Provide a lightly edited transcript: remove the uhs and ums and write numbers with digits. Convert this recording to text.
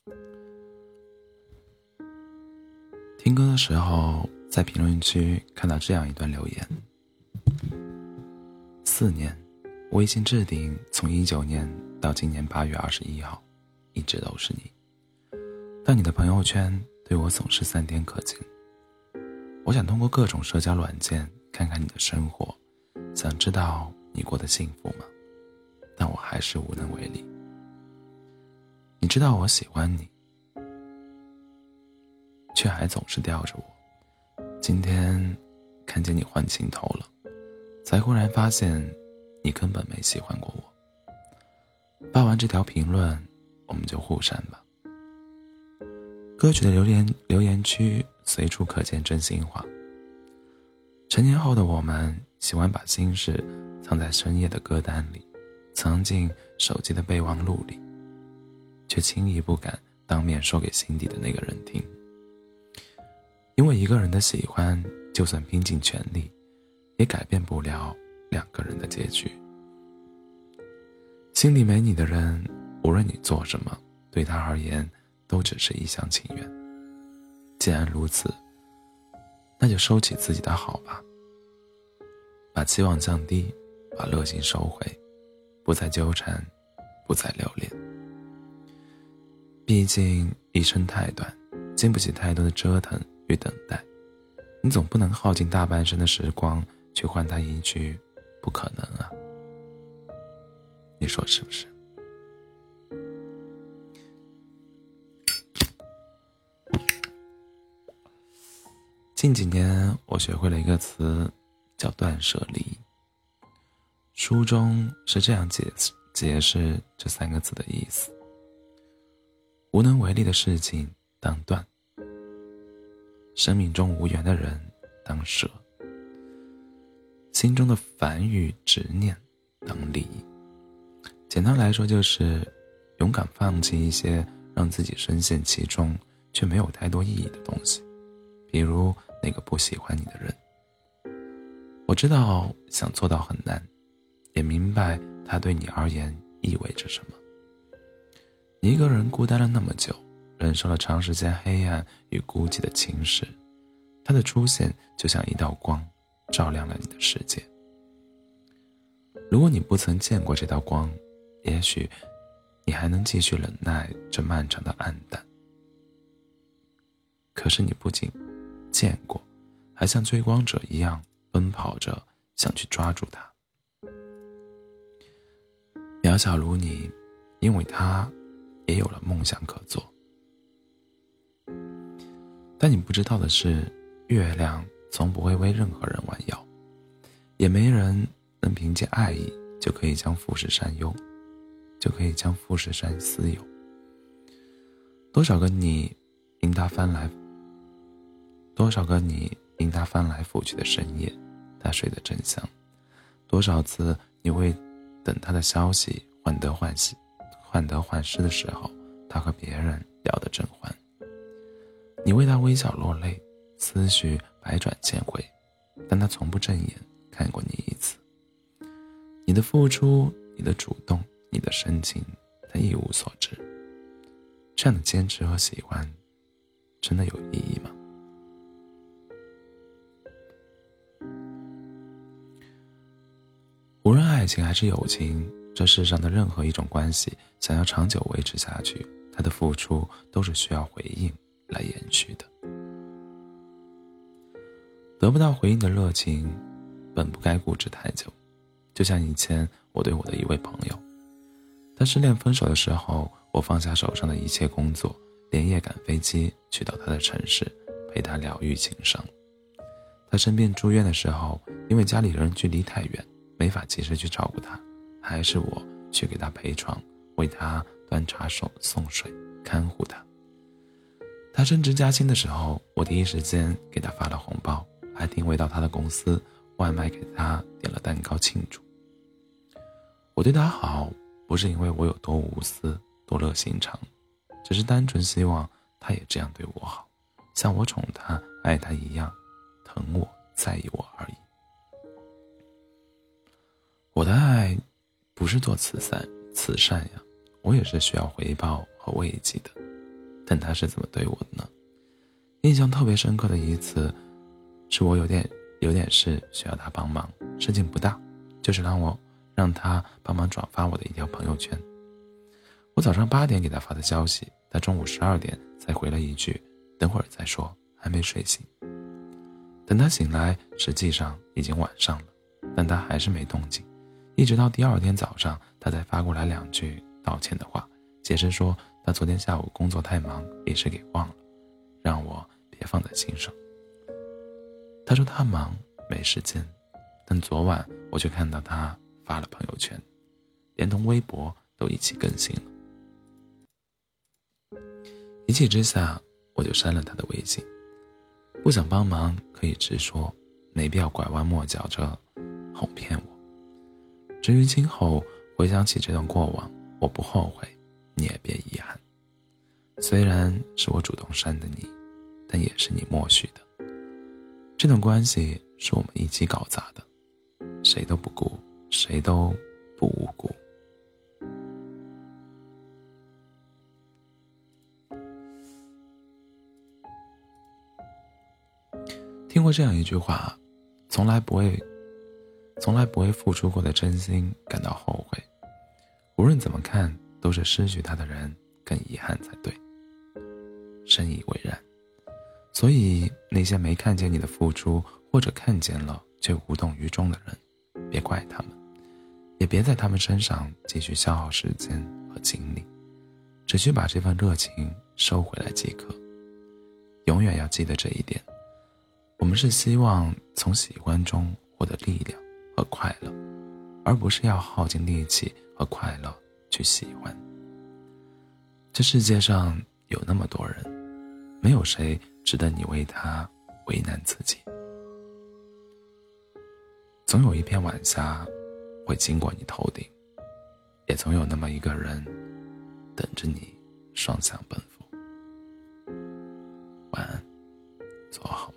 听歌的时候，在评论区看到这样一段留言：4年，微信置顶从19年到今年8月21号，一直都是你。但你的朋友圈对我总是3天可见。我想通过各种社交软件看看你的生活，想知道你过得幸福吗？但我还是无能为力。你知道我喜欢你，却还总是吊着我。今天看见你换情头了，才忽然发现你根本没喜欢过我。发完这条评论，我们就互删吧。歌曲的留言区随处可见真心话。成年后的我们喜欢把心事藏在深夜的歌单里，藏进手机的备忘录里，却轻易不敢当面说给心底的那个人听。因为一个人的喜欢，就算拼尽全力，也改变不了2个人的结局。心里没你的人，无论你做什么，对他而言都只是一厢情愿。既然如此，那就收起自己的好吧，把期望降低，把热情收回，不再纠缠，不再留恋。毕竟一生太短，经不起太多的折腾与等待，你总不能耗尽大半生的时光去换他一句不可能啊，你说是不是？近几年我学会了一个词，叫断舍离。书中是这样解释这3个字的意思：无能为力的事情当断，生命中无缘的人当舍，心中的烦与执念当离。简单来说，就是勇敢放弃一些让自己深陷其中却没有太多意义的东西，比如那个不喜欢你的人。我知道想做到很难，也明白他对你而言意味着什么。你一个人孤单了那么久，忍受了长时间黑暗与孤寂的侵蚀，他的出现就像一道光，照亮了你的世界。如果你不曾见过这道光，也许你还能继续忍耐这漫长的暗淡。可是你不仅见过，还像追光者一样奔跑着想去抓住它。渺小如你，因为他也有了梦想可做。但你不知道的是，月亮从不会为任何人弯腰，也没人能凭借爱意就可以将富士山私有。多少个你因他翻来覆去的深夜，他睡得正香。多少次你为等他的消息患得患失的时候，他和别人聊得正欢。你为他微笑落泪，思绪百转千回，但他从不正眼看过你一次。你的付出，你的主动，你的深情，他一无所知。这样的坚持和喜欢，真的有意义吗？无论爱情还是友情，这世上的任何一种关系想要长久维持下去，它的付出都是需要回应来延续的。得不到回应的热情本不该固执太久。就像以前我对我的一位朋友，他失恋分手的时候，我放下手上的一切工作，连夜赶飞机去到他的城市，陪他疗愈情伤。他生病住院的时候，因为家里人距离太远，没法及时去照顾他，还是我去给他陪床，为他端茶送水，看护他。他升职加薪的时候，我第一时间给他发了红包，还定位到他的公司，外卖给他点了蛋糕庆祝。我对他好，不是因为我有多无私多热心肠，只是单纯希望他也这样对我好，像我宠他爱他一样疼我在意我而已。我的爱不是做慈善呀，我也是需要回报和慰藉的。 但他是怎么对我的呢？印象特别深刻的一次，是我有点事需要他帮忙，事情不大，就是让他帮忙转发我的一条朋友圈。我早上8点给他发的消息，他中午12点才回了一句等会儿再说，还没睡醒。等他醒来，实际上已经晚上了，但他还是没动静，一直到第二天早上，他才发过来2句道歉的话，解释说他昨天下午工作太忙，一时给忘了，让我别放在心上。他说他忙没时间，但昨晚我却看到他发了朋友圈，连同微博都一起更新了。一气之下，我就删了他的微信。不想帮忙可以直说，没必要拐弯抹角着哄骗我。至于今后回想起这段过往，我不后悔，你也别遗憾。虽然是我主动删的你，但也是你默许的。这段关系是我们一起搞砸的，谁都不顾，谁都不无辜。听过这样一句话，从来不为付出过的真心感到后悔，无论怎么看，都是失去他的人更遗憾才对。深以为然。所以那些没看见你的付出，或者看见了却无动于衷的人，别怪他们，也别在他们身上继续消耗时间和精力，只需把这份热情收回来即可。永远要记得这一点，我们是希望从喜欢中获得力量和快乐，而不是要耗尽力气和快乐去喜欢。这世界上有那么多人，没有谁值得你为他为难自己。总有一片晚霞会经过你头顶，也总有那么一个人等着你双向奔赴。晚安，做好。